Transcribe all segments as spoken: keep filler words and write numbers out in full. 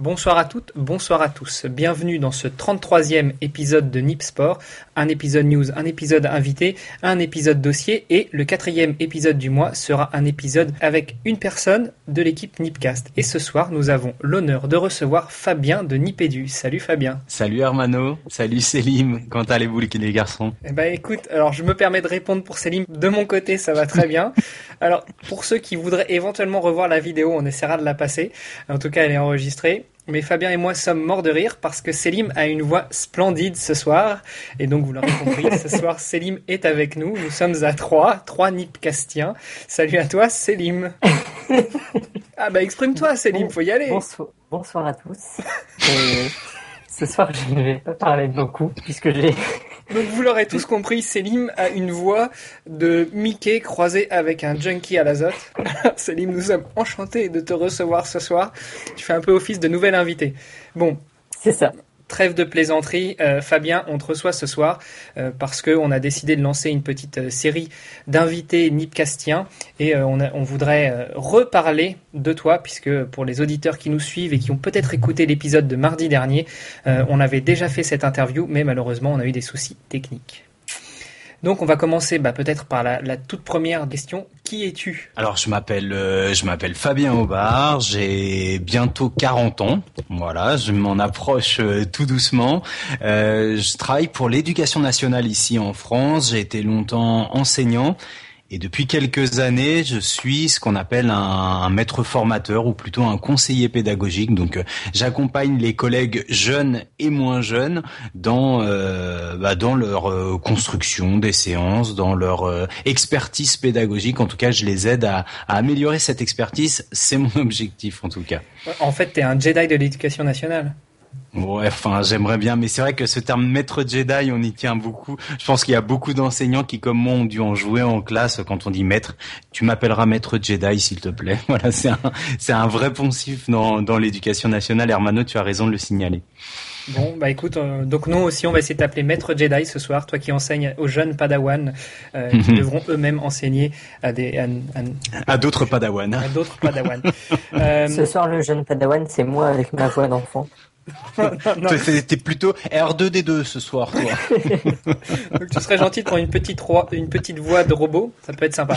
Bonsoir à toutes, bonsoir à tous. Bienvenue dans ce trente-troisième épisode de Nip Sport. Un épisode news, un épisode invité, un épisode dossier et le quatrième épisode du mois sera un épisode avec une personne de l'équipe Nipcast. Et ce soir, nous avons l'honneur de recevoir Fabien de Nipédu. Salut Fabien. Salut Hermano, salut Selim. Comment allez-vous les garçons? Eh ben écoute, alors je me permets de répondre pour Selim. De mon côté, ça va très bien. Alors pour ceux qui voudraient éventuellement revoir la vidéo, on essaiera de la passer. En tout cas, elle est enregistrée. Mais Fabien et moi sommes morts de rire parce que Selim a une voix splendide ce soir. Et donc, vous l'aurez compris, ce soir, Selim est avec nous. Nous sommes à trois, trois Nipcastiens. Salut à toi, Selim. Ah bah, exprime-toi, Selim, faut y aller. Bonsoir, bonsoir à tous. Et ce soir, je ne vais pas parler beaucoup puisque j'ai... Donc, vous l'aurez tous compris, Selim a une voix de Mickey croisée avec un junkie à l'azote. Selim, nous sommes enchantés de te recevoir ce soir. Tu fais un peu office de nouvel invité. Bon. C'est ça. Trêve de plaisanterie, euh, Fabien, on te reçoit ce soir euh, parce qu'on a décidé de lancer une petite euh, série d'invités nipcastiens et euh, on, a, on voudrait euh, reparler de toi puisque pour les auditeurs qui nous suivent et qui ont peut-être écouté l'épisode de mardi dernier, euh, on avait déjà fait cette interview mais malheureusement on a eu des soucis techniques. Donc on va commencer bah, peut-être par la, la toute première question. Qui es-tu ? Alors je m'appelle euh, je m'appelle Fabien Aubard, j'ai bientôt quarante ans. Voilà, je m'en approche euh, tout doucement. Euh, je travaille pour l'éducation nationale ici en France. J'ai été longtemps enseignant. Et depuis quelques années, je suis ce qu'on appelle un, un maître formateur ou plutôt un conseiller pédagogique. Donc, euh, j'accompagne les collègues jeunes et moins jeunes dans euh, bah, dans leur euh, construction des séances, dans leur euh, expertise pédagogique. En tout cas, je les aide à, à améliorer cette expertise. C'est mon objectif, en tout cas. En fait, t'es un Jedi de l'éducation nationale. Ouais, enfin, j'aimerais bien, mais c'est vrai que ce terme maître Jedi, on y tient beaucoup. Je pense qu'il y a beaucoup d'enseignants qui, comme moi, ont dû en jouer en classe quand on dit maître. Tu m'appelleras maître Jedi, s'il te plaît. Voilà, c'est un, c'est un vrai poncif dans, dans l'éducation nationale. Hermano, tu as raison de le signaler. Bon, bah écoute, euh, donc nous aussi, on va essayer de t'appeler maître Jedi ce soir, toi qui enseignes aux jeunes Padawans, euh, qui mm-hmm. devront eux-mêmes enseigner à des à, à, à d'autres Padawans. À d'autres Padawans. euh, ce soir, le jeune Padawan, c'est moi avec ma voix d'enfant. non, non. T'es plutôt R deux D deux ce soir, toi. Donc tu serais gentil de prendre une petite, roi, une petite voix de robot, ça peut être sympa.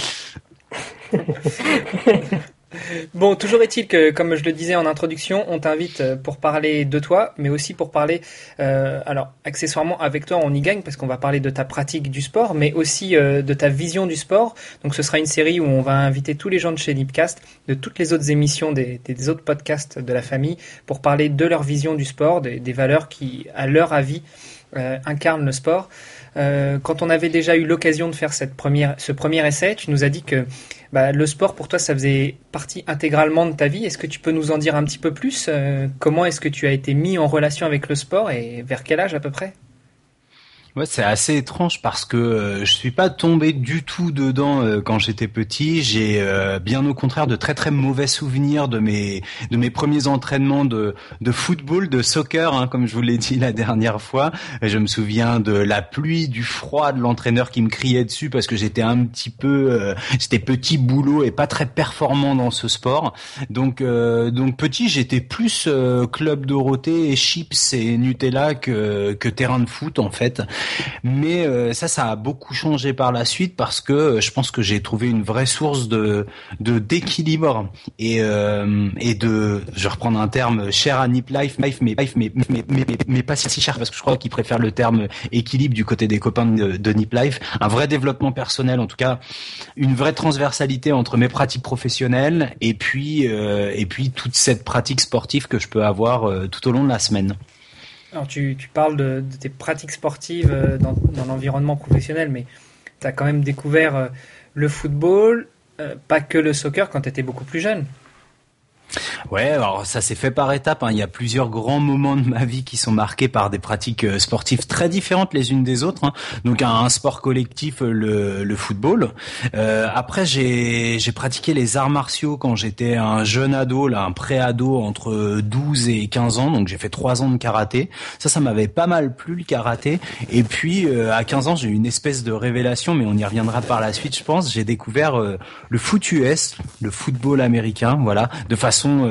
Bon, toujours est-il que, comme je le disais en introduction, on t'invite pour parler de toi, mais aussi pour parler, euh, alors accessoirement avec toi on y gagne parce qu'on va parler de ta pratique du sport, mais aussi euh, de ta vision du sport. Donc ce sera une série où on va inviter tous les gens de chez Nipcast, de toutes les autres émissions, des, des autres podcasts de la famille, pour parler de leur vision du sport, des, des valeurs qui, à leur avis, euh, incarnent le sport. Euh, quand on avait déjà eu l'occasion de faire cette première, ce premier essai, tu nous as dit que bah, le sport pour toi ça faisait partie intégralement de ta vie. Est-ce que tu peux nous en dire un petit peu plus ? euh, Comment est-ce que tu as été mis en relation avec le sport et vers quel âge à peu près ? Ouais, c'est assez étrange parce que euh, je suis pas tombé du tout dedans euh, quand j'étais petit. J'ai euh, bien au contraire de très très mauvais souvenirs de mes de mes premiers entraînements de de football, de soccer, hein, comme je vous l'ai dit la dernière fois. Je me souviens de la pluie, du froid, de l'entraîneur qui me criait dessus parce que j'étais un petit peu euh, j'étais petit boulot et pas très performant dans ce sport. Donc euh, donc petit, j'étais plus euh, club Dorothée et chips et Nutella que que terrain de foot en fait. Mais euh, ça, ça a beaucoup changé par la suite parce que euh, je pense que j'ai trouvé une vraie source de de d'équilibre et euh, et de, je vais reprendre un terme cher à Nip Life, mais mais mais mais mais, mais, mais pas si cher parce que je crois qu'ils préfèrent le terme équilibre du côté des copains de, de Nip Life. Un vrai développement personnel, en tout cas, une vraie transversalité entre mes pratiques professionnelles et puis euh, et puis toute cette pratique sportive que je peux avoir euh, tout au long de la semaine. Alors tu, tu parles de, de tes pratiques sportives dans, dans l'environnement professionnel, mais tu as quand même découvert euh, le football, euh, pas que le soccer, quand tu étais beaucoup plus jeune. Ouais, alors ça s'est fait par étapes, hein. Il y a plusieurs grands moments de ma vie qui sont marqués par des pratiques euh, sportives très différentes les unes des autres, hein. Donc un, un sport collectif, le, le football. Euh, après, j'ai, j'ai pratiqué les arts martiaux quand j'étais un jeune ado, là, un pré-ado entre douze et quinze ans. Donc j'ai fait trois ans de karaté. Ça, ça m'avait pas mal plu, le karaté. Et puis euh, à quinze ans, j'ai eu une espèce de révélation, mais on y reviendra par la suite, je pense. J'ai découvert euh, le foot U S, le football américain, voilà, de façon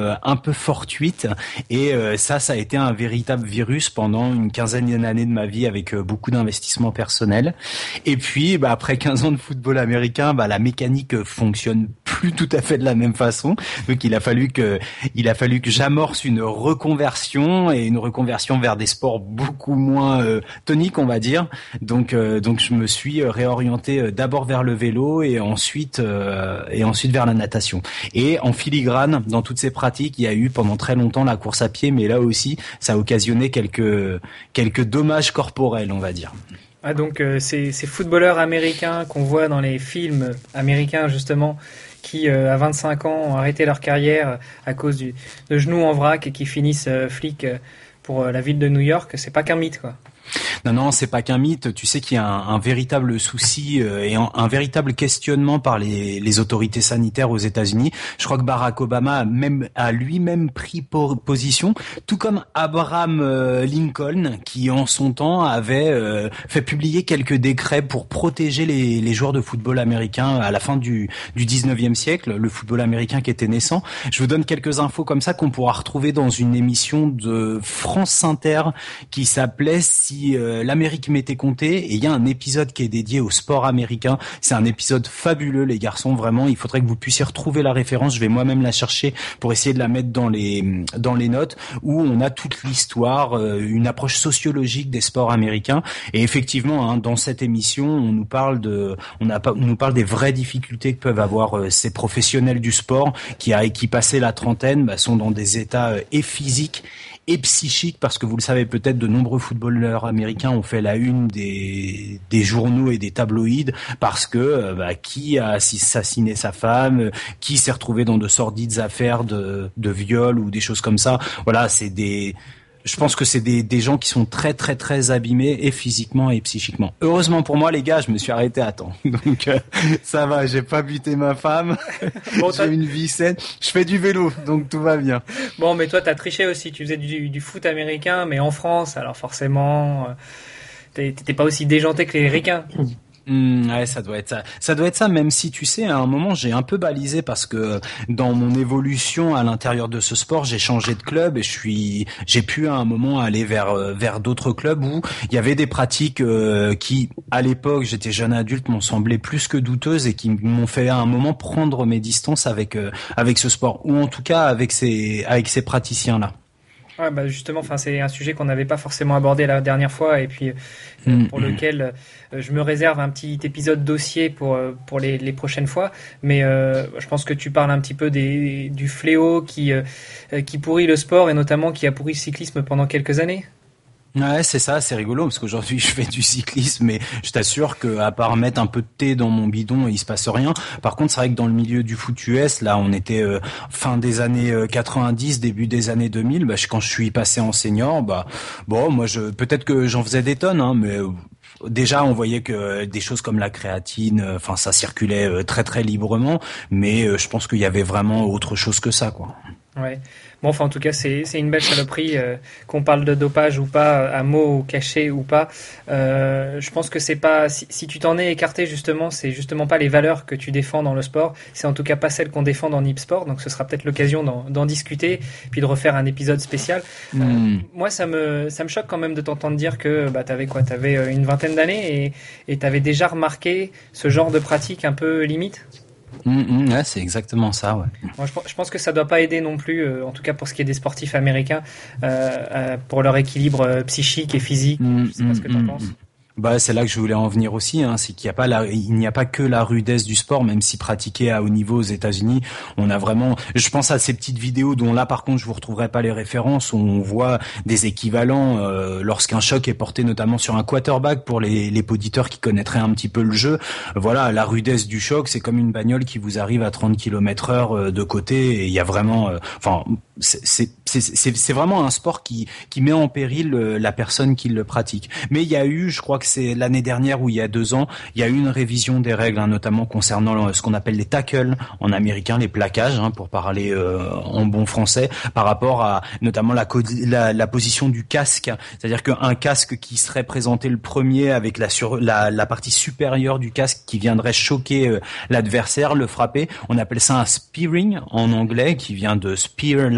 euh, un peu fortuite et euh, ça ça a été un véritable virus pendant une quinzaine d'années de ma vie avec euh, beaucoup d'investissements personnels. Et puis bah après quinze ans de football américain, bah la mécanique fonctionne plus tout à fait de la même façon. Donc il a fallu que il a fallu que j'amorce une reconversion et une reconversion vers des sports beaucoup moins euh, toniques, on va dire. Donc euh, donc je me suis réorienté euh, d'abord vers le vélo et ensuite euh, et ensuite vers la natation. Et en filigrane dans toutes ces pratiques, il y a eu pendant très longtemps la course à pied, mais là aussi ça a occasionné quelques quelques dommages corporels, on va dire. Ah, donc euh, ces, ces footballeurs américains qu'on voit dans les films américains justement, qui euh, à vingt-cinq ans ont arrêté leur carrière à cause du, de genoux en vrac et qui finissent euh, flics euh, pour euh, la ville de New York, c'est pas qu'un mythe, quoi. Non, non, c'est pas qu'un mythe. Tu sais qu'il y a un, un véritable souci euh, et un, un véritable questionnement par les, les autorités sanitaires aux États-Unis. Je crois que Barack Obama a même a lui-même pris por- position, tout comme Abraham euh, Lincoln, qui en son temps avait euh, fait publier quelques décrets pour protéger les, les joueurs de football américain à la fin du, du dix-neuvième siècle, le football américain qui était naissant. Je vous donne quelques infos comme ça qu'on pourra retrouver dans une émission de France Inter qui s'appelait Si Euh, l'Amérique m'était comptée, et il y a un épisode qui est dédié au sport américain. C'est un épisode fabuleux, les garçons, vraiment. Il faudrait que vous puissiez retrouver la référence. Je vais moi-même la chercher pour essayer de la mettre dans les dans les notes, où on a toute l'histoire, euh, une approche sociologique des sports américains. Et effectivement, hein, dans cette émission, on nous parle de, on, a, on nous parle des vraies difficultés que peuvent avoir euh, ces professionnels du sport qui, a, qui passé la trentaine, bah, sont dans des états euh, et physiques et psychique, parce que vous le savez peut-être, de nombreux footballeurs américains ont fait la une des des journaux et des tabloïds parce que bah, qui a assassiné sa femme, qui s'est retrouvé dans de sordides affaires de de viol ou des choses comme ça. Voilà, c'est des je pense que c'est des, des gens qui sont très très très abîmés et physiquement et psychiquement. Heureusement pour moi, les gars, je me suis arrêté à temps. Donc euh, ça va, j'ai pas buté ma femme, bon, j'ai une vie saine, je fais du vélo, donc tout va bien. Bon, mais toi, t'as triché aussi, tu faisais du, du foot américain, mais en France, alors forcément, euh, t'étais pas aussi déjanté que les ricains. Mmh, ouais, ça doit être ça. Ça doit être ça, même si tu sais, à un moment, j'ai un peu balisé parce que dans mon évolution à l'intérieur de ce sport, j'ai changé de club et je suis, j'ai pu à un moment aller vers vers d'autres clubs où il y avait des pratiques euh, qui, à l'époque, j'étais jeune adulte, m'ont semblé plus que douteuses et qui m'ont fait à un moment prendre mes distances avec euh, avec ce sport, ou en tout cas avec ces avec ces praticiens-là. Ouais, bah justement, enfin c'est un sujet qu'on n'avait pas forcément abordé la dernière fois et puis mmh, pour mmh. lequel euh, je me réserve un petit épisode dossier pour euh, pour les, les prochaines fois. Mais euh, je pense que tu parles un petit peu des du fléau qui euh, qui pourrit le sport et notamment qui a pourri le cyclisme pendant quelques années. Ouais, c'est ça, c'est rigolo parce qu'aujourd'hui je fais du cyclisme, mais je t'assure que à part mettre un peu de thé dans mon bidon, il se passe rien. Par contre, c'est vrai que dans le milieu du foot U S, là, on était euh, fin des années quatre-vingt-dix, début des années deux mille. Bah, quand je suis passé en senior, bah bon, moi, je peut-être que j'en faisais des tonnes, hein, mais euh, déjà, on voyait que des choses comme la créatine, enfin, euh, ça circulait euh, très très librement, mais euh, je pense qu'il y avait vraiment autre chose que ça, quoi. Ouais. Bon, enfin, en tout cas, c'est c'est une belle saloperie, euh, qu'on parle de dopage ou pas, à mots ou caché ou pas. Euh, je pense que c'est pas, si, si tu t'en es écarté justement, c'est justement pas les valeurs que tu défends dans le sport. C'est en tout cas pas celles qu'on défend dans Nip Sport. Donc, ce sera peut-être l'occasion d'en, d'en discuter, puis de refaire un épisode spécial. Mm. Euh, moi, ça me ça me choque quand même de t'entendre dire que bah t'avais quoi, t'avais une vingtaine d'années et et t'avais déjà remarqué ce genre de pratique un peu limite. Mmh, mmh, ouais, c'est exactement ça, ouais. Moi, je, je pense que ça doit pas aider non plus, euh, en tout cas pour ce qui est des sportifs américains, euh, euh, pour leur équilibre euh, psychique et physique. Mmh, je sais pas ce que t'en mmh, penses. Bah, c'est là que je voulais en venir aussi, hein, c'est qu'il y a pas la, il n'y a pas que la rudesse du sport, même si pratiqué à haut niveau aux États-Unis, on a vraiment, je pense à ces petites vidéos dont là, par contre, je vous retrouverai pas les références, où on voit des équivalents, euh, lorsqu'un choc est porté notamment sur un quarterback pour les, les auditeurs qui connaîtraient un petit peu le jeu. Voilà, la rudesse du choc, c'est comme une bagnole qui vous arrive à trente kilomètres heure de côté, et il y a vraiment, euh, enfin, c'est, c'est, c'est, c'est, c'est vraiment un sport qui, qui met en péril la personne qui le pratique. Mais il y a eu, je crois que c'est l'année dernière ou il y a deux ans, il y a eu une révision des règles, hein, notamment concernant ce qu'on appelle les tackles en américain, les plaquages, hein, pour parler euh, en bon français, par rapport à notamment la, la, la position du casque. C'est-à-dire qu'un casque qui serait présenté le premier avec la, sur, la, la partie supérieure du casque qui viendrait choquer euh, l'adversaire, le frapper, on appelle ça un spearing en anglais, qui vient de spear, la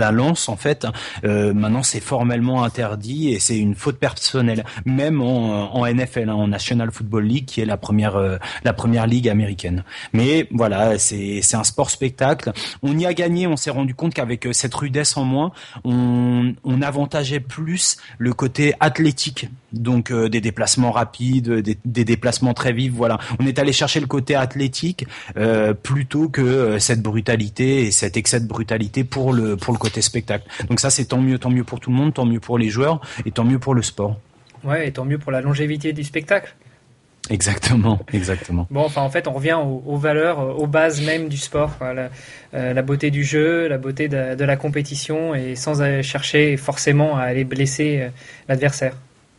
la lance en fait, euh, maintenant c'est formellement interdit et c'est une faute personnelle, même en, en N F L, hein, en National Football League, qui est la première euh, la première ligue américaine. Mais voilà, c'est c'est un sport spectacle. On y a gagné, on s'est rendu compte qu'avec cette rudesse en moins, on on avantageait plus le côté athlétique. Donc euh, des déplacements rapides, des, des déplacements très vifs, voilà. On est allé chercher le côté athlétique euh, plutôt que euh, cette brutalité et cet excès de brutalité pour le pour le côté spectacle. Donc ça c'est tant mieux, tant mieux pour tout le monde, tant mieux pour les joueurs et tant mieux pour le sport. Ouais, et tant mieux pour la longévité du spectacle. Exactement, exactement. Bon, enfin, en fait, on revient aux, aux valeurs, aux bases même du sport, quoi. La, euh, la beauté du jeu, la beauté de, de la compétition, et sans aller chercher forcément à aller blesser euh, l'adversaire.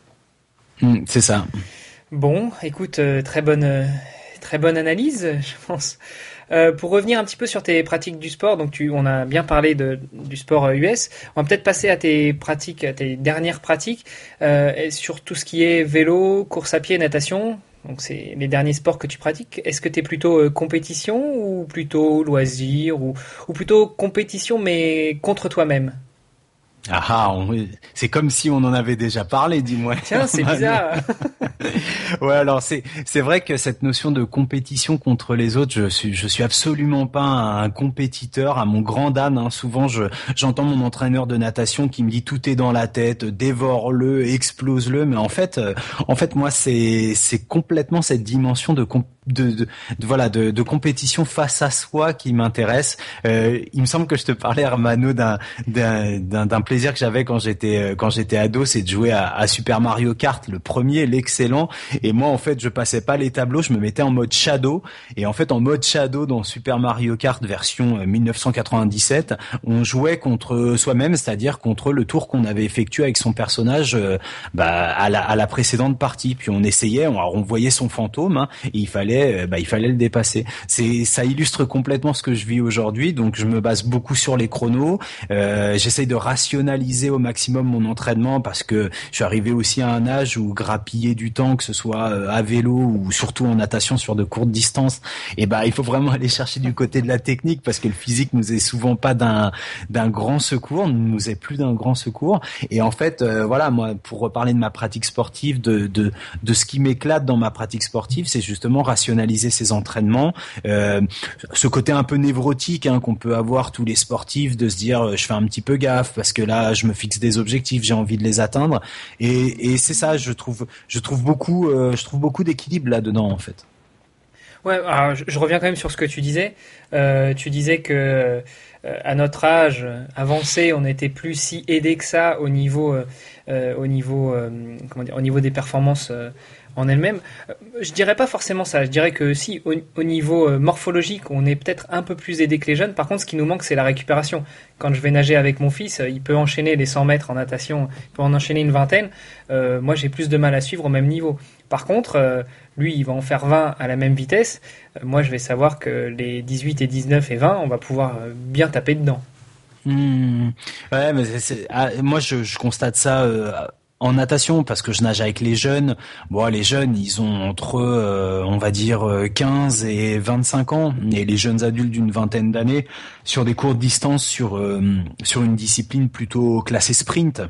Mmh, c'est ça. Bon, écoute, euh, très bonne, euh, très bonne analyse, je pense. Euh, pour revenir un petit peu sur tes pratiques du sport, donc tu, on a bien parlé de, du sport U S. On va peut-être passer à tes pratiques, à tes dernières pratiques, euh, sur tout ce qui est vélo, course à pied, natation. Donc c'est les derniers sports que tu pratiques. Est-ce que tu es plutôt euh, compétition ou plutôt loisir ou, ou plutôt compétition mais contre toi-même? Ah ah, on- c'est comme si on en avait déjà parlé, dis-moi. Tiens, c'est bizarre. Ouais, alors c'est c'est vrai que cette notion de compétition contre les autres, je suis je suis absolument pas un compétiteur à mon grand âne, hein. Souvent je j'entends mon entraîneur de natation qui me dit tout est dans la tête, dévore-le, explose-le, mais en fait euh, en fait moi c'est c'est complètement cette dimension de comp- de, de, de voilà de, de compétition face à soi qui m'intéresse. Euh, il me semble que je te parlais, Armano, d'un d'un d'un, d'un plaisir que j'avais quand j'étais quand j'étais ado, c'est de jouer à, à Super Mario Kart, le premier, l'excellent. Et moi, en fait, je passais pas les tableaux, je me mettais en mode Shadow. Et en fait, en mode Shadow dans Super Mario Kart version mille neuf cent quatre-vingt-dix-sept, on jouait contre soi-même, c'est-à-dire contre le tour qu'on avait effectué avec son personnage euh, bah, à la à la précédente partie. Puis on essayait, on, on voyait son fantôme, hein, et il fallait bah il fallait le dépasser. C'est ça illustre complètement ce que je vis aujourd'hui, donc je me base beaucoup sur les chronos. Euh, j'essaye de rationaliser au maximum mon entraînement parce que je suis arrivé aussi à un âge où grappiller du temps, que ce soit à vélo ou surtout en natation sur de courtes distances, et bah il faut vraiment aller chercher du côté de la technique parce que le physique nous est souvent pas d'un d'un grand secours, ne nous est plus d'un grand secours. Et en fait, euh, voilà, moi pour reparler de ma pratique sportive, de de de ce qui m'éclate dans ma pratique sportive, c'est justement rationaliser ses entraînements, euh, ce côté un peu névrotique hein, qu'on peut avoir tous les sportifs, de se dire euh, je fais un petit peu gaffe parce que là je me fixe des objectifs, j'ai envie de les atteindre, et, et c'est ça, je trouve je trouve beaucoup euh, je trouve beaucoup d'équilibre là-dedans en fait. Ouais, alors je, je reviens quand même sur ce que tu disais. Euh, tu disais que euh, à notre âge avancé, on n'était plus si aidé que ça au niveau, euh, au niveau, euh, comment dire, au niveau des performances euh, en elles-mêmes. Je dirais pas forcément ça. Je dirais que si, au, au niveau morphologique, on est peut-être un peu plus aidé que les jeunes. Par contre, ce qui nous manque, c'est la récupération. Quand je vais nager avec mon fils, il peut enchaîner les cent mètres en natation, il peut en enchaîner une vingtaine. Euh, moi, j'ai plus de mal à suivre au même niveau. Par contre, euh, lui, il va en faire vingt à la même vitesse. Euh, moi, je vais savoir que les dix-huit et dix-neuf et vingt, on va pouvoir euh, bien taper dedans. Mmh. Ouais, mais c'est, c'est, ah, moi, je, je constate ça. Euh, En natation, parce que je nage avec les jeunes. Bon, les jeunes, ils ont entre, euh, on va dire, quinze et vingt-cinq ans, et les jeunes adultes d'une vingtaine d'années, sur des courtes distances, sur euh, sur une discipline plutôt classée sprint.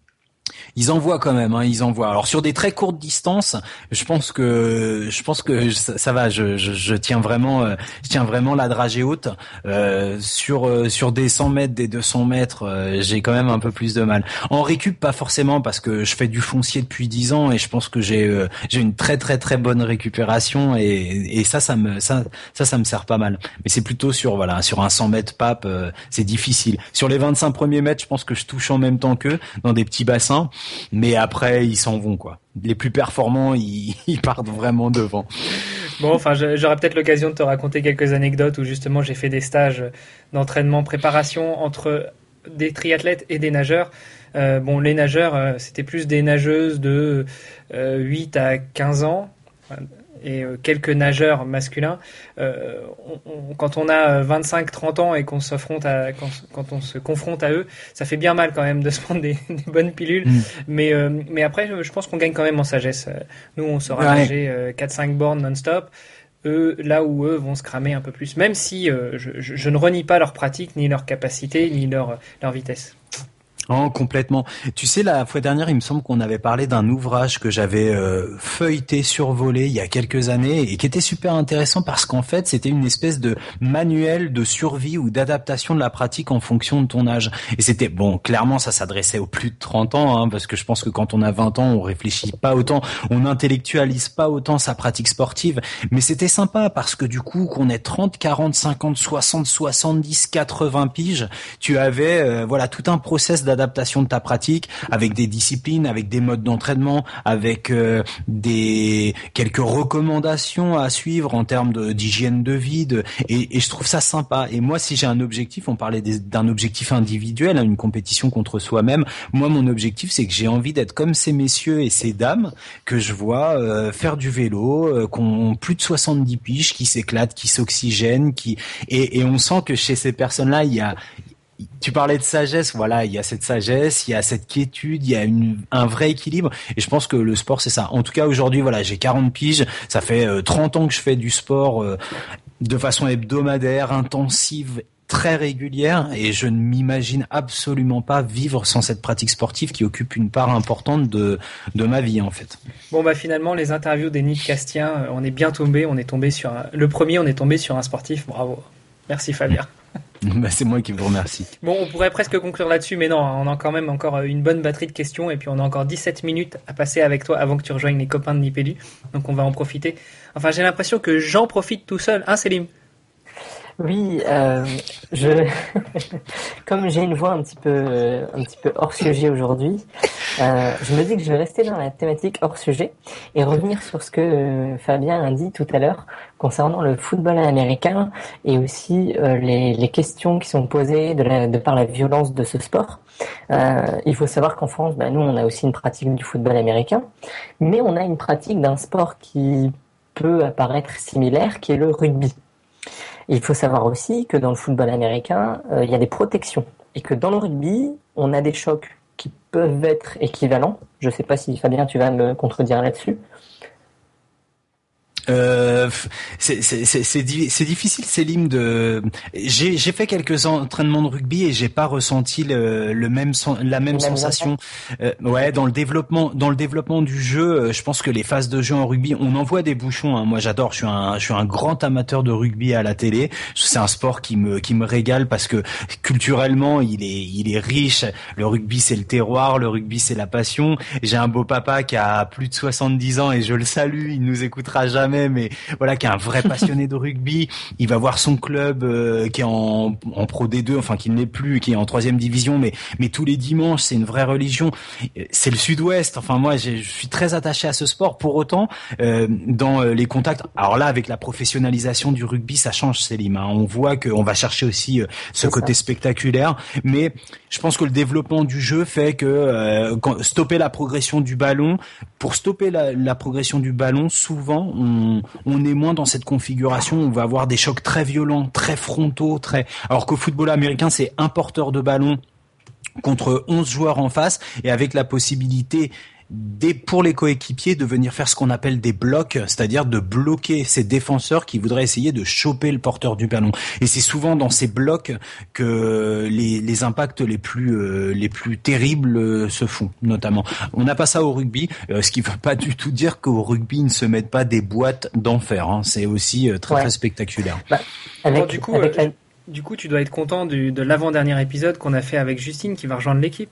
Ils envoient quand même, hein, ils envoient. Alors sur des très courtes distances, je pense que je pense que ça, ça va. Je, je, je tiens vraiment, euh, je tiens vraiment la dragée haute. Euh, sur euh, sur des cent mètres, des deux cents mètres, euh, j'ai quand même un peu plus de mal. En récup, pas forcément parce que je fais du foncier depuis dix ans et je pense que j'ai euh, j'ai une très très très bonne récupération et et ça ça me ça ça ça me sert pas mal. Mais c'est plutôt sur voilà sur un cent mètres pape, euh, c'est difficile. Sur les vingt-cinq premiers mètres, je pense que je touche en même temps qu'eux dans des petits bassins. Mais après, ils s'en vont, quoi. Les plus performants, ils, ils partent vraiment devant. Bon, enfin, j'aurai peut-être l'occasion de te raconter quelques anecdotes où justement j'ai fait des stages d'entraînement, préparation entre des triathlètes et des nageurs. Euh, bon, les nageurs, euh, c'était plus des nageuses de euh, huit à quinze ans. Et euh, quelques nageurs masculins. Euh, on, on, quand on a vingt-cinq trente ans et qu'on s'affronte à, quand, quand on se confronte à eux, ça fait bien mal quand même de se prendre des, des bonnes pilules. Mmh. Mais, euh, mais après, je pense qu'on gagne quand même en sagesse. Nous, on saura ouais. nager euh, quatre cinq bornes non-stop. eux, là où eux vont se cramer un peu plus, même si euh, je, je, je ne renie pas leur pratique, ni leur capacité, ni leur, leur vitesse. Oh, complètement. Tu sais, la fois dernière, il me semble qu'on avait parlé d'un ouvrage que j'avais euh, feuilleté, survolé il y a quelques années et qui était super intéressant parce qu'en fait, c'était une espèce de manuel de survie ou d'adaptation de la pratique en fonction de ton âge. Et c'était, bon, clairement, ça s'adressait aux plus de trente ans, hein, parce que je pense que quand on a vingt ans, on réfléchit pas autant, on intellectualise pas autant sa pratique sportive. Mais c'était sympa parce que du coup, qu'on ait trente, quarante, cinquante, soixante, soixante-dix, quatre-vingts piges, tu avais euh, voilà tout un process d'adaptation adaptation de ta pratique avec des disciplines, avec des modes d'entraînement, avec euh, des quelques recommandations à suivre en termes de, d'hygiène de vie de, et, et je trouve ça sympa. Et moi, si j'ai un objectif, on parlait des, d'un objectif individuel, hein, une compétition contre soi-même, moi mon objectif c'est que j'ai envie d'être comme ces messieurs et ces dames que je vois euh, faire du vélo, euh, qui ont plus de soixante-dix piges, qui s'éclatent, qui s'oxygènent, qui et, et on sent que chez ces personnes-là, il y a tu parlais de sagesse, voilà, il y a cette sagesse, il y a cette quiétude, il y a une, un vrai équilibre, et je pense que le sport c'est ça. En tout cas aujourd'hui, voilà, j'ai quarante piges, ça fait euh, trente ans que je fais du sport euh, de façon hebdomadaire, intensive, très régulière, et je ne m'imagine absolument pas vivre sans cette pratique sportive qui occupe une part importante de de ma vie en fait. Bon bah finalement les interviews des Nids Castien, on est bien tombé, on est tombé sur un... le premier, on est tombé sur un sportif, bravo, merci Fabien. Bah, c'est moi qui vous remercie. Bon, on pourrait presque conclure là-dessus, mais non, on a quand même encore une bonne batterie de questions, et puis on a encore dix-sept minutes à passer avec toi avant que tu rejoignes les copains de Nipédu, donc on va en profiter. Enfin, j'ai l'impression que j'en profite tout seul, hein Selim ? Oui, euh, je comme j'ai une voix un petit peu euh, un petit peu hors sujet aujourd'hui, euh, je me dis que je vais rester dans la thématique hors sujet et revenir sur ce que euh, Fabien a dit tout à l'heure concernant le football américain et aussi euh, les, les questions qui sont posées de, la, de par la violence de ce sport. Euh, il faut savoir qu'en France, bah, nous on a aussi une pratique du football américain, mais on a une pratique d'un sport qui peut apparaître similaire, qui est le rugby. Il faut savoir aussi que dans le football américain, euh, il y a des protections et que dans le rugby, on a des chocs qui peuvent être équivalents. Je ne sais pas si Fabien, tu vas me contredire là-dessus. Euh, c'est, c'est, c'est, c'est, c'est difficile, Célim, de. J'ai, j'ai fait quelques entraînements de rugby et j'ai pas ressenti le, le même, la même sensation. Euh, ouais, dans le développement, dans le développement du jeu, je pense que les phases de jeu en rugby, on envoie des bouchons. Hein. Moi, j'adore. Je suis un, je suis un grand amateur de rugby à la télé. C'est un sport qui me, qui me régale parce que culturellement, il est, il est riche. Le rugby, c'est le terroir. Le rugby, c'est la passion. J'ai un beau papa qui a plus de soixante-dix ans et je le salue. Il nous écoutera jamais. Mais voilà, qui est un vrai passionné de rugby. Il va voir son club euh, qui est en, en Pro D deux, enfin qui ne l'est plus, qui est en troisième division, mais mais tous les dimanches, c'est une vraie religion. C'est le Sud-Ouest. Enfin moi, je suis très attaché à ce sport. Pour autant, euh, dans les contacts, alors là, avec la professionnalisation du rugby, ça change, Célim. Hein. On voit qu'on va chercher aussi euh, ce côté spectaculaire, mais je pense que le développement du jeu fait que euh, quand, stopper la progression du ballon, pour stopper la, la progression du ballon, souvent on On, on est moins dans cette configuration, on va avoir des chocs très violents, très frontaux, très. Alors qu'au football américain, c'est un porteur de ballon contre onze joueurs en face et avec la possibilité des, pour les coéquipiers de venir faire ce qu'on appelle des blocs, c'est-à-dire de bloquer ces défenseurs qui voudraient essayer de choper le porteur du ballon. Et c'est souvent dans ces blocs que les, les impacts les plus euh, les plus terribles euh, se font, notamment. On n'a pas ça au rugby, euh, ce qui ne veut pas du tout dire qu'au rugby ils ne se mettent pas des boîtes d'enfer. Hein. C'est aussi euh, très ouais. très spectaculaire. Bah, avec, bon, du coup, avec euh, la... du coup, tu dois être content du, de l'avant-dernier épisode qu'on a fait avec Justine qui va rejoindre l'équipe.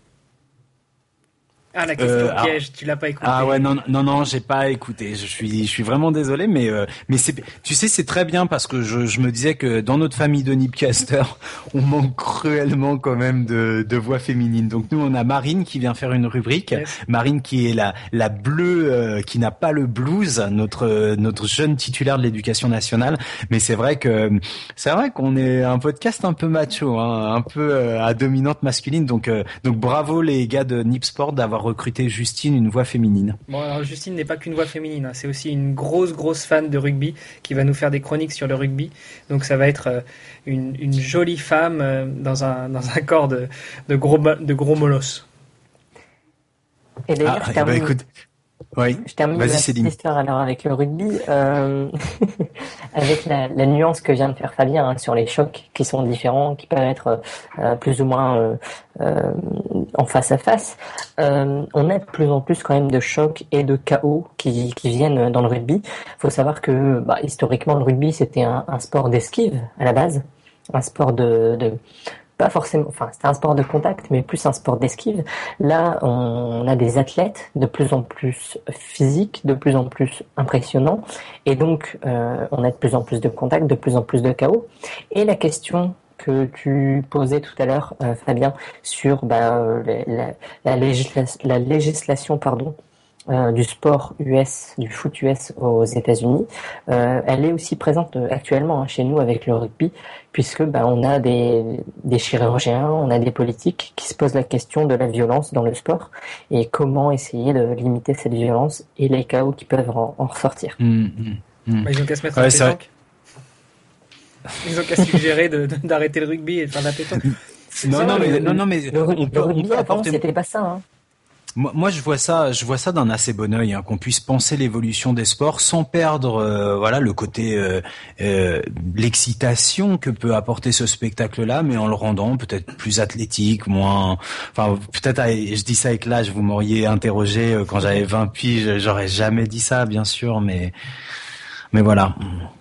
Ah, la question euh, piège, ah, tu l'as pas écouté. Ah ouais, non, non, non, j'ai pas écouté. Je suis, je suis vraiment désolé, mais, euh, mais c'est, tu sais, c'est très bien parce que je, je me disais que dans notre famille de Nipcaster, on manque cruellement quand même de, de voix féminines. Donc nous, on a Marine qui vient faire une rubrique. Yes. Marine qui est la, la bleue, euh, qui n'a pas le blues, notre, notre jeune titulaire de l'éducation nationale. Mais c'est vrai que, c'est vrai qu'on est un podcast un peu macho, hein, un peu euh, à dominante masculine. Donc, euh, donc bravo les gars de Nipsport d'avoir recruter Justine, une voix féminine. Bon, alors Justine n'est pas qu'une voix féminine, hein. C'est aussi une grosse, grosse fan de rugby qui va nous faire des chroniques sur le rugby. Donc ça va être euh, une, une jolie femme euh, dans, un, dans un corps de, de, gros, de gros molosses. Et d'ailleurs, ah, bah, écoute, Oui. Je termine Vas-y, ma Céline. histoire alors avec le rugby, euh, avec la, la nuance que vient de faire Fabien hein, sur les chocs qui sont différents, qui peuvent être euh, plus ou moins euh, euh, en face à face. Euh, on a de plus en plus quand même de chocs et de K O qui, qui viennent dans le rugby. Il faut savoir que bah, historiquement le rugby c'était un, un sport d'esquive à la base, un sport de, de pas forcément, enfin c'était un sport de contact, mais plus un sport d'esquive. Là, on a des athlètes de plus en plus physiques, de plus en plus impressionnants, et donc euh, on a de plus en plus de contacts, de plus en plus de K O. Et la question que tu posais tout à l'heure, euh, Fabien, sur bah, la, la, la, législa- la législation, pardon, euh, du sport U S, du foot U S aux États-Unis, euh, elle est aussi présente actuellement hein, chez nous avec le rugby, puisque bah, on a des, des chirurgiens, on a des politiques qui se posent la question de la violence dans le sport et comment essayer de limiter cette violence et les chaos qui peuvent en, en ressortir. Mmh, mmh. Bah, ils ont qu'à se mettre à Ouais, la c'est vrai. pétanque. Ils ont qu'à suggérer de, de, d'arrêter le rugby et de faire de la pétanque. Non, Ça, non, le- mais, non, non, mais Le, ru- on le peut, on rugby peut avant, apporter. c'était pas ça. Hein. Moi, moi, je vois ça, je vois ça d'un assez bon œil, hein, qu'on puisse penser l'évolution des sports sans perdre, euh, voilà, le côté, euh, euh, l'excitation que peut apporter ce spectacle-là, mais en le rendant peut-être plus athlétique, moins, enfin, peut-être, je dis ça avec l'âge, vous m'auriez interrogé euh, quand j'avais vingt piges, j'aurais jamais dit ça, bien sûr, mais, mais voilà.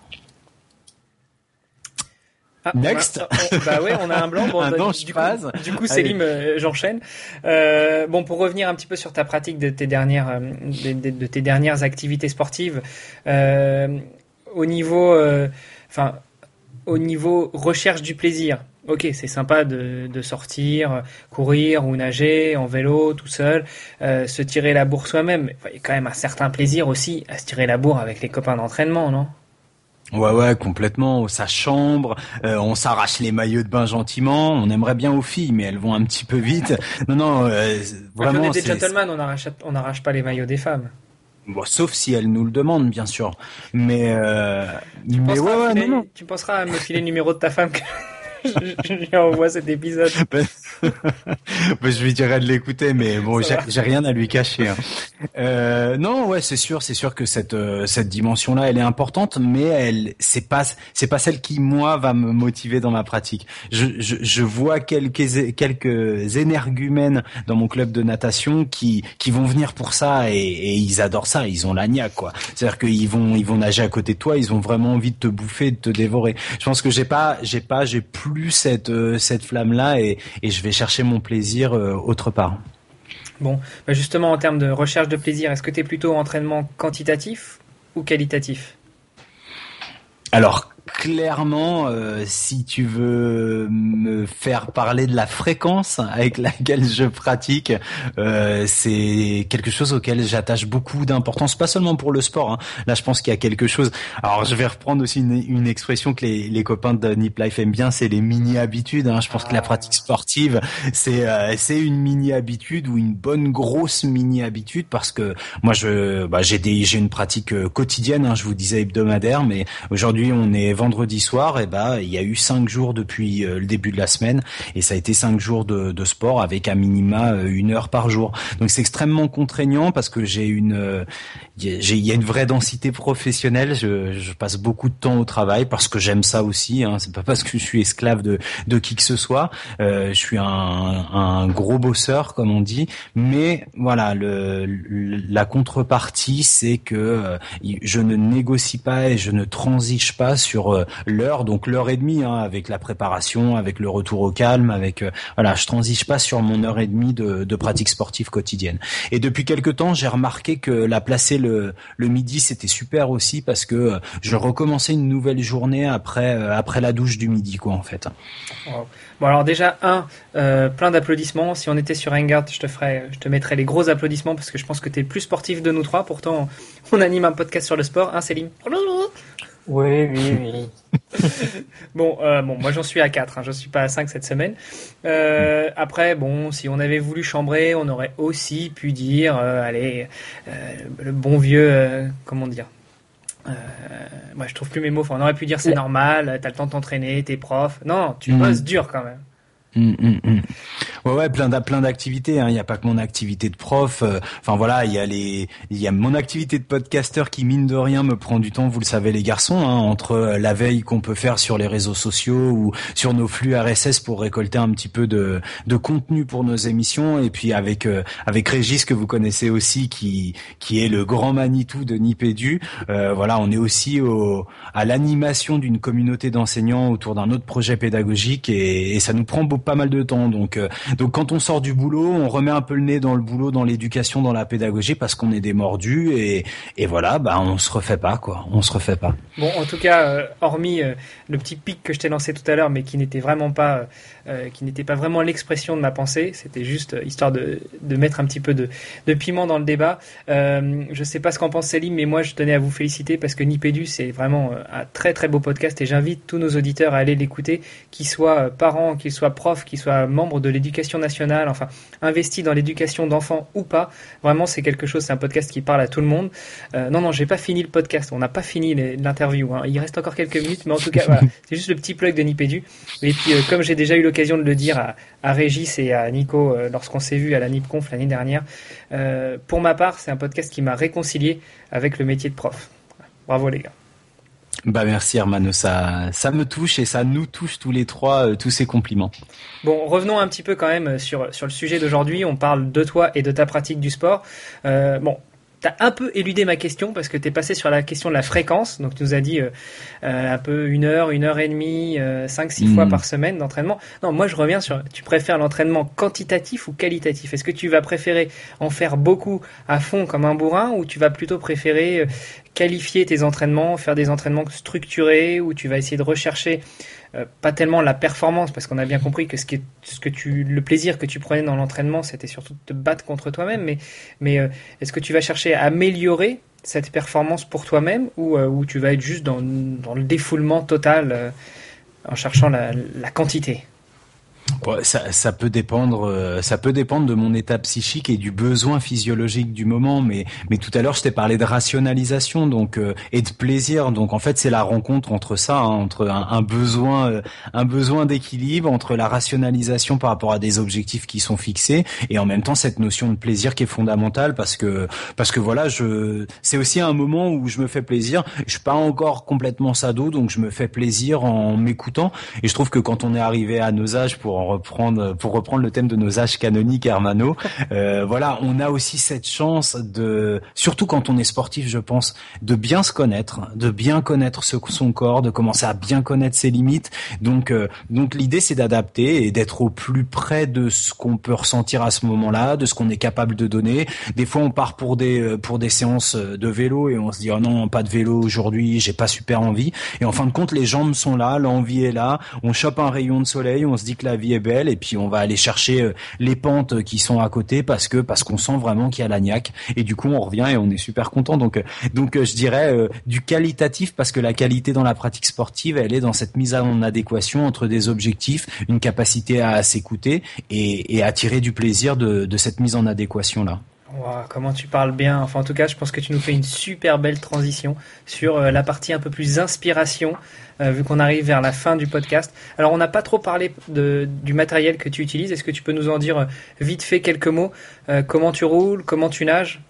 Ah, Next. on a- on- bah ouais, on a un blanc. Bon, Un bah, non, du, je du passe. coup, du coup, Allez. Célim, euh, j'enchaîne. Euh, bon, pour revenir un petit peu sur ta pratique de tes dernières, euh, de, de- de tes dernières activités sportives, euh, au niveau, euh, enfin, au niveau recherche du plaisir. Ok, c'est sympa de, de sortir, courir ou nager en vélo tout seul, euh, se tirer la bourre soi-même. Enfin, il y a quand même un certain plaisir aussi à se tirer la bourre avec les copains d'entraînement, non? Ouais, ouais, complètement. Sa chambre, euh, on s'arrache les maillots de bain gentiment. On aimerait bien aux filles, mais elles vont un petit peu vite. Non, non, euh, Quand on vraiment, est des c'est, gentlemen, on n'arrache on n'arrache pas les maillots des femmes. bon, sauf si elles nous le demandent, bien sûr. Mais, euh, Tu mais penseras, ouais, à ouais, filer- non, non. tu penseras à me filer le numéro de ta femme que je, je lui envoie cet épisode. Ben, ben, je lui dirais de l'écouter, mais bon, Ça j'ai, va. j'ai rien à lui cacher. Hein. Euh, non, ouais, c'est sûr, c'est sûr que cette euh, cette dimension-là, elle est importante, mais elle, c'est pas, c'est pas celle qui moi va me motiver dans ma pratique. Je, je, je vois quelques quelques énergumènes dans mon club de natation qui qui vont venir pour ça et, et ils adorent ça, ils ont la niaque quoi. C'est-à-dire qu'ils vont ils vont nager à côté de toi, ils ont vraiment envie de te bouffer, de te dévorer. Je pense que j'ai pas, j'ai pas, j'ai plus cette euh, cette flamme-là et et je vais chercher mon plaisir euh, autre part. Bon, bah justement, en termes de recherche de plaisir, est-ce que tu es plutôt entraînement quantitatif ou qualitatif? Alors clairement, euh, si tu veux me faire parler de la fréquence avec laquelle je pratique, euh, c'est quelque chose auquel j'attache beaucoup d'importance, pas seulement pour le sport. Hein. Là, je pense qu'il y a quelque chose. Alors, je vais reprendre aussi une, une expression que les, les copains de Nip Life aiment bien, c'est les mini-habitudes. Hein. Je pense que la pratique sportive, c'est euh, c'est une mini-habitude ou une bonne grosse mini-habitude parce que moi, je bah, j'ai des j'ai une pratique euh, quotidienne. Hein, je vous disais hebdomadaire, mais aujourd'hui, on est vendredi soir, et bah il y a eu cinq jours depuis euh, le début de la semaine, et ça a été cinq jours de, de sport avec à minima euh, une heure par jour. Donc c'est extrêmement contraignant parce que j'ai une euh, j'ai il y a une vraie densité professionnelle. Je, je passe beaucoup de temps au travail parce que j'aime ça aussi. Hein. C'est pas parce que je suis esclave de de qui que ce soit. Euh, je suis un, un gros bosseur comme on dit, mais voilà le, le la contrepartie c'est que euh, je ne négocie pas et je ne transige pas sur euh, l'heure, donc l'heure et demie hein, avec la préparation, avec le retour au calme, avec euh, voilà, je transige pas sur mon heure et demie de, de pratique sportive quotidienne. Et depuis quelque temps, j'ai remarqué que la placer le, le midi, c'était super aussi parce que euh, je recommençais une nouvelle journée après euh, après la douche du midi, quoi, en fait. Wow. Bon alors déjà un, euh, plein d'applaudissements. Si on était sur Hangout, je te ferais, je te mettrais les gros applaudissements parce que je pense que t'es le plus sportif de nous trois. Pourtant, on anime un podcast sur le sport, hein, Céline? Oui, oui, oui. Bon, euh, bon, moi j'en suis à quatre, hein, je suis pas à cinq cette semaine. Euh, après, bon, si on avait voulu chambrer, on aurait aussi pu dire, euh, allez, euh, le bon vieux, euh, comment dire, euh, moi je trouve plus mes mots. Enfin, on aurait pu dire c'est normal, t'as le temps de t'entraîner, t'es prof. Non, tu Mmh. bosses dur quand même. Mmh, mmh, mmh. Ouais, ouais, plein d'a- plein d'activités. Hein. Il n'y a pas que mon activité de prof. euh, Enfin voilà, il y a les, il y a mon activité de podcasteur qui mine de rien me prend du temps. Vous le savez les garçons, hein, entre euh, la veille qu'on peut faire sur les réseaux sociaux ou sur nos flux R S S pour récolter un petit peu de de contenu pour nos émissions, et puis avec euh, avec Régis que vous connaissez aussi, qui qui est le grand Manitou de Nipédu. Euh, voilà, on est aussi au à l'animation d'une communauté d'enseignants autour d'un autre projet pédagogique, et, et ça nous prend beau, pas mal de temps. Donc euh, donc quand on sort du boulot, on remet un peu le nez dans le boulot, dans l'éducation, dans la pédagogie, parce qu'on est des mordus, et et voilà, bah on se refait pas quoi, on se refait pas. Bon, en tout cas, euh, hormis euh, le petit pic que je t'ai lancé tout à l'heure, mais qui n'était vraiment pas, euh, qui n'était pas vraiment l'expression de ma pensée, c'était juste euh, histoire de, de mettre un petit peu de, de piment dans le débat. Euh, je sais pas ce qu'en pense Céline, mais moi je tenais à vous féliciter parce que Nipédu, c'est vraiment euh, un très très beau podcast, et j'invite tous nos auditeurs à aller l'écouter, qu'ils soient euh, parents, qu'ils soient profs, qu'ils soient membres de l'éducation nationale, enfin investis dans l'éducation d'enfants ou pas. Vraiment, c'est quelque chose, c'est un podcast qui parle à tout le monde. Euh, non, non, j'ai pas fini le podcast, on n'a pas fini les, l'interview, hein. Il reste encore quelques minutes, mais en tout cas, voilà, c'est juste le petit plug de Nipédu. Et puis, euh, comme j'ai déjà eu l'occasion de le dire à, à Régis et à Nico euh, lorsqu'on s'est vu à la NipConf l'année dernière, euh, pour ma part, c'est un podcast qui m'a réconcilié avec le métier de prof. Bravo les gars. Bah merci Hermano, ça ça me touche et ça nous touche tous les trois, euh, tous ces compliments. Bon, revenons un petit peu quand même sur, sur le sujet d'aujourd'hui. On parle de toi et de ta pratique du sport. Euh, bon, t'as un peu éludé ma question parce que t'es passé sur la question de la fréquence. Donc tu nous as dit euh, euh, un peu une heure, une heure et demie, euh, cinq, six mmh. fois par semaine d'entraînement. Non, moi je reviens sur, tu préfères l'entraînement quantitatif ou qualitatif? Est-ce que tu vas préférer en faire beaucoup à fond comme un bourrin, ou tu vas plutôt préférer euh, qualifier tes entraînements, faire des entraînements structurés, ou tu vas essayer de rechercher Euh, pas tellement la performance, parce qu'on a bien compris que ce, qui est, ce que tu, le plaisir que tu prenais dans l'entraînement, c'était surtout de te battre contre toi-même, mais, mais euh, est-ce que tu vas chercher à améliorer cette performance pour toi-même, ou, euh, ou tu vas être juste dans, dans le défoulement total euh, en cherchant la, la quantité? Ouais, ça, ça peut dépendre, euh, ça peut dépendre de mon état psychique et du besoin physiologique du moment. Mais, mais tout à l'heure, je t'ai parlé de rationalisation, donc euh, et de plaisir. Donc en fait, c'est la rencontre entre ça, hein, entre un, un besoin, euh, un besoin d'équilibre, entre la rationalisation par rapport à des objectifs qui sont fixés, et en même temps cette notion de plaisir qui est fondamentale, parce que parce que voilà, je, c'est aussi un moment où je me fais plaisir. Je suis pas encore complètement sado, donc je me fais plaisir en m'écoutant. Et je trouve que quand on est arrivé à nos âges, pour en reprendre pour reprendre le thème de nos âges canoniques, Hermano, euh, voilà, on a aussi cette chance de, surtout quand on est sportif, je pense, de bien se connaître, de bien connaître ce, son corps, de commencer à bien connaître ses limites. Donc euh, donc l'idée, c'est d'adapter et d'être au plus près de ce qu'on peut ressentir à ce moment-là, de ce qu'on est capable de donner. Des fois, on part pour des pour des séances de vélo et on se dit oh non, pas de vélo aujourd'hui, j'ai pas super envie. Et en fin de compte, les jambes sont là, l'envie est là. On chope un rayon de soleil, on se dit que la vie est belle, et puis on va aller chercher les pentes qui sont à côté parce que parce qu'on sent vraiment qu'il y a la niaque, et du coup on revient et on est super content. Donc donc je dirais euh, du qualitatif, parce que la qualité dans la pratique sportive, elle est dans cette mise en adéquation entre des objectifs, une capacité à s'écouter et, et à tirer du plaisir de, de cette mise en adéquation là. Wow, comment tu parles bien. Enfin, en tout cas, je pense que tu nous fais une super belle transition sur euh, la partie un peu plus inspiration, euh, vu qu'on arrive vers la fin du podcast. Alors, on n'a pas trop parlé de, du matériel que tu utilises. Est-ce que tu peux nous en dire euh, vite fait quelques mots? euh, Comment tu roules? Comment tu nages?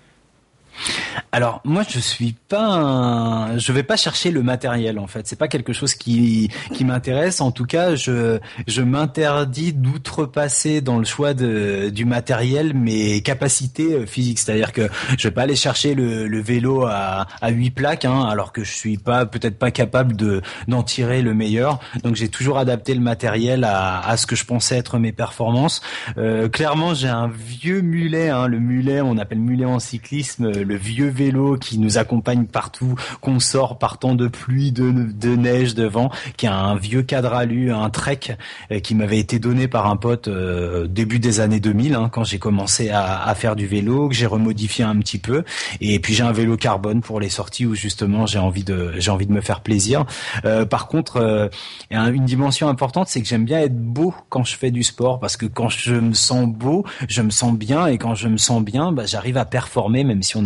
Alors moi je suis pas un... je vais pas chercher le matériel, en fait, c'est pas quelque chose qui qui m'intéresse. En tout cas, je je m'interdis d'outrepasser dans le choix de du matériel mes capacités physiques, c'est-à-dire que je vais pas aller chercher le, le vélo à à huit plaques, hein, alors que je suis pas peut-être pas capable de d'en tirer le meilleur. Donc j'ai toujours adapté le matériel à à ce que je pensais être mes performances. Euh, clairement, j'ai un vieux mulet, hein, le mulet, on appelle mulet en cyclisme, le vieux vélo qui nous accompagne partout, qu'on sort par temps de pluie, de, de neige, de vent, qui a un vieux cadre alu, un Trek, euh, qui m'avait été donné par un pote euh, début des années deux mille, hein, quand j'ai commencé à, à faire du vélo, que j'ai remodifié un petit peu. Et puis j'ai un vélo carbone pour les sorties où justement j'ai envie de j'ai envie de me faire plaisir. Euh, par contre, euh, une dimension importante, c'est que j'aime bien être beau quand je fais du sport, parce que quand je me sens beau, je me sens bien, et quand je me sens bien, bah, j'arrive à performer, même si on a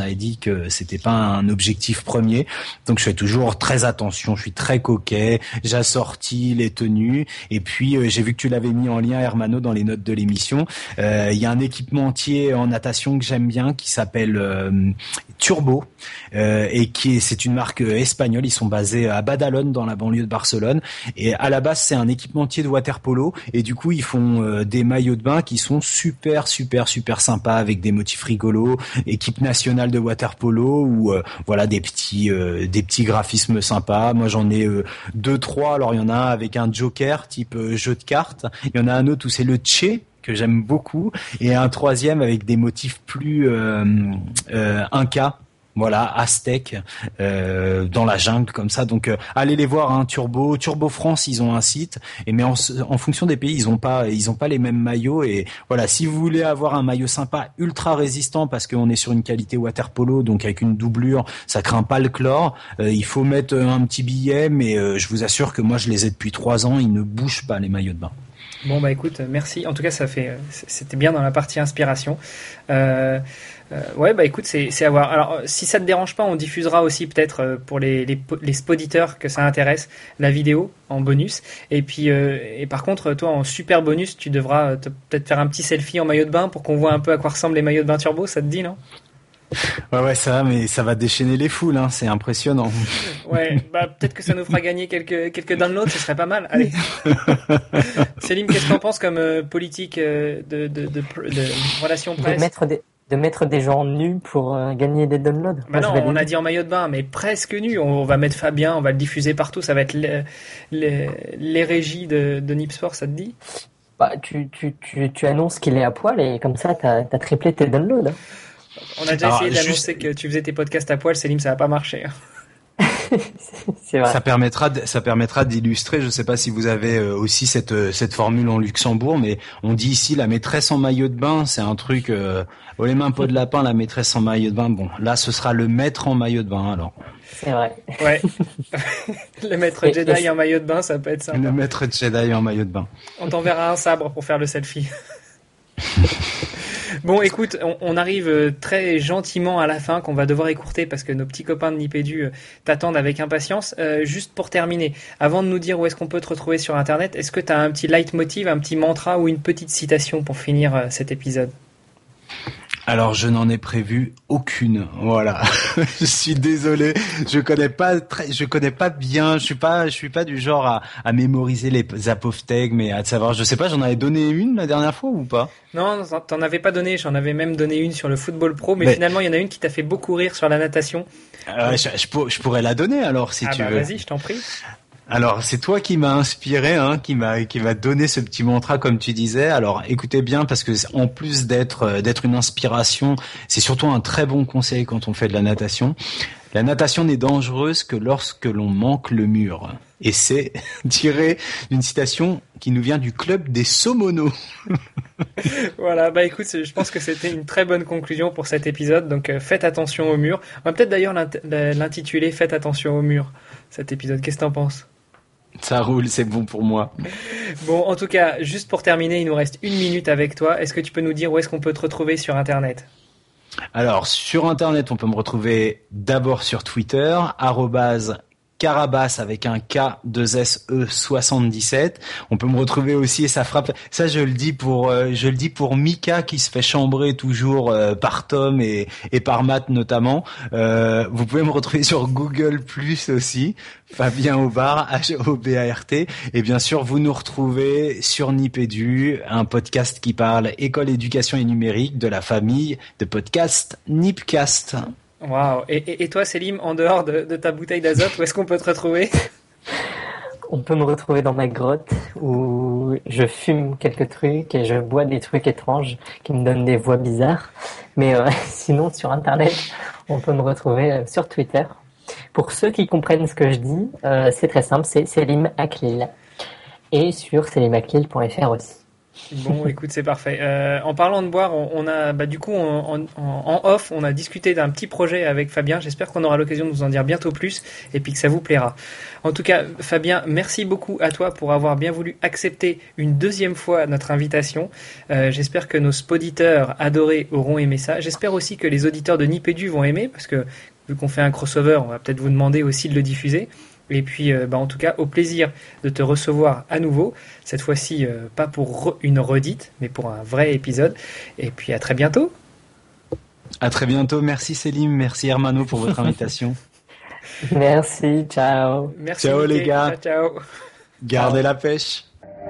avait dit que c'était pas un objectif premier. Donc je fais toujours très attention, je suis très coquet, j'assortis les tenues. Et puis euh, j'ai vu que tu l'avais mis en lien, Hermano, dans les notes de l'émission. Il euh, y a un équipementier en natation que j'aime bien qui s'appelle euh, Turbo euh, et qui est, c'est une marque espagnole. Ils sont basés à Badalone dans la banlieue de Barcelone. Et à la base c'est un équipementier de water polo et du coup ils font euh, des maillots de bain qui sont super super super sympas avec des motifs rigolos, équipe nationale de water polo ou euh, voilà des petits euh, des petits graphismes sympas. Moi j'en ai euh, deux trois. Alors il y en a un avec un joker type euh, jeu de cartes, il y en a un autre où c'est le Che que j'aime beaucoup et un troisième avec des motifs plus euh, euh, Inca. Voilà, aztèque, euh, dans la jungle comme ça. Donc euh, allez les voir, hein, Turbo, Turbo France, ils ont un site. Et mais en, en fonction des pays, ils ont pas, ils ont pas les mêmes maillots. Et voilà, si vous voulez avoir un maillot sympa, ultra résistant, parce qu'on est sur une qualité water polo, donc avec une doublure, ça craint pas le chlore. Euh, il faut mettre un petit billet, mais euh, je vous assure que moi je les ai depuis trois ans, ils ne bougent pas les maillots de bain. Bon bah écoute, merci. En tout cas, ça fait, c'était bien dans la partie inspiration. Euh, euh, ouais bah écoute, c'est, c'est à voir. Alors si ça te dérange pas, on diffusera aussi peut-être pour les les, les spoditeurs que ça intéresse la vidéo en bonus. Et puis euh, et par contre, toi en super bonus, tu devras te, peut-être faire un petit selfie en maillot de bain pour qu'on voit un peu à quoi ressemblent les maillots de bain Turbo. Ça te dit, non? Ouais ouais ça va, mais ça va déchaîner les foules, hein, c'est impressionnant. Ouais, bah peut-être que ça nous fera gagner quelques quelques downloads, ce serait pas mal. Allez. Céline, qu'est-ce que t'en penses comme euh, politique euh, de, de, de, de, de relations presse? De mettre des, de mettre des gens nus pour euh, gagner des downloads. Bah Moi, non, on dire. a dit en maillot de bain, mais presque nu. On, on va mettre Fabien, on va le diffuser partout. Ça va être les, les, les régies de, de Nipsport, ça te dit? Bah, tu, tu, tu, tu annonces qu'il est à poil et comme ça, t'as, t'as triplé tes downloads. On a déjà Alors, essayé d'annoncer juste... que tu faisais tes podcasts à poil, Céline, ça n'a pas marché. C'est vrai. Ça permettra, de, ça permettra d'illustrer. Je ne sais pas si vous avez aussi cette cette formule en Luxembourg, mais on dit ici la maîtresse en maillot de bain. C'est un truc. Euh, oh les mains pot de lapin, la maîtresse en maillot de bain. Bon, là, ce sera le maître en maillot de bain. Alors. C'est vrai. Ouais. Le maître Jedi et, et en maillot de bain, ça peut être sympa. Le maître Jedi en maillot de bain. On t'enverra un sabre pour faire le selfie. Bon, écoute, on, on arrive très gentiment à la fin, qu'on va devoir écourter parce que nos petits copains de Nipédu t'attendent avec impatience. Euh, juste pour terminer, avant de nous dire où est-ce qu'on peut te retrouver sur Internet, est-ce que tu as un petit leitmotiv, un petit mantra ou une petite citation pour finir euh, cet épisode ? Alors je n'en ai prévu aucune. Voilà. Je suis désolé. Je connais pas très, je connais pas bien. Je suis pas, je suis pas du genre à, à mémoriser les apophthegmes et à savoir. Je sais pas. J'en avais donné une la dernière fois ou pas? Non, t'en avais pas donné. J'en avais même donné une sur le football pro, mais, mais... finalement il y en a une qui t'a fait beaucoup rire sur la natation. Euh, je, je, pour, je pourrais la donner alors si ah tu bah, veux. Vas-y, je t'en prie. Alors, c'est toi qui m'as inspiré, hein, qui m'a qui m'a donné ce petit mantra comme tu disais. Alors, écoutez bien parce que en plus d'être d'être une inspiration, c'est surtout un très bon conseil quand on fait de la natation. La natation n'est dangereuse que lorsque l'on manque le mur. Et c'est tiré d'une citation qui nous vient du club des Somonos. Voilà, bah écoute, je pense que c'était une très bonne conclusion pour cet épisode. Donc euh, faites attention au mur. On va peut-être d'ailleurs l'intituler Faites attention au mur, cet épisode. Qu'est-ce que t'en penses ? Ça roule, c'est bon pour moi. Bon, en tout cas, juste pour terminer, il nous reste une minute avec toi. Est-ce que tu peux nous dire où est-ce qu'on peut te retrouver sur Internet ? Alors, sur Internet, on peut me retrouver d'abord sur Twitter, arrobase Carabas avec un K deux S E soixante-dix-sept. On peut me retrouver aussi et ça frappe. Ça je le dis pour euh, je le dis pour Mika qui se fait chambrer toujours euh, par Tom et et par Matt notamment. Euh, vous pouvez me retrouver sur Google Plus aussi. Fabien Aubard, H O B A R T. Et bien sûr, vous nous retrouvez sur Nipédu, un podcast qui parle école, éducation et numérique de la famille de podcasts Nipcast. Waouh. Et, et, et toi, Célim, en dehors de, de ta bouteille d'azote, où est-ce qu'on peut te retrouver ? On peut me retrouver dans ma grotte où je fume quelques trucs et je bois des trucs étranges qui me donnent des voix bizarres. Mais euh, sinon, sur Internet, on peut me retrouver euh, sur Twitter. Pour ceux qui comprennent ce que je dis, euh, c'est très simple, c'est Selim Aklil. Et sur selim aklil point f r aussi. Bon, écoute, c'est parfait. Euh, en parlant de boire, on, on a, bah, du coup, en, en, en off, on a discuté d'un petit projet avec Fabien. J'espère qu'on aura l'occasion de vous en dire bientôt plus et puis que ça vous plaira. En tout cas, Fabien, merci beaucoup à toi pour avoir bien voulu accepter une deuxième fois notre invitation. Euh, j'espère que nos auditeurs adorés auront aimé ça. J'espère aussi que les auditeurs de Nipédu vont aimer parce que vu qu'on fait un crossover, on va peut-être vous demander aussi de le diffuser. Et puis, euh, bah, en tout cas, au plaisir de te recevoir à nouveau. Cette fois-ci, euh, pas pour re- une redite, mais pour un vrai épisode. Et puis, à très bientôt. À très bientôt. Merci Céline, merci Hermano pour votre invitation. Merci, ciao. Merci, Ciao, Mickey. les gars. Ciao, ciao. Gardez la pêche.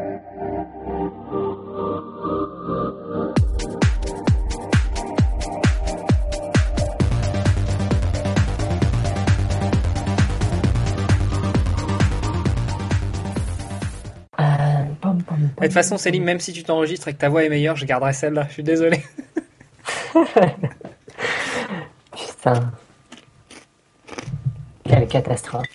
Euh, pom, pom, De pom. toute façon, Céline, même si tu t'enregistres et que ta voix est meilleure, je garderai celle-là. Je suis désolé. Putain. Quelle catastrophe.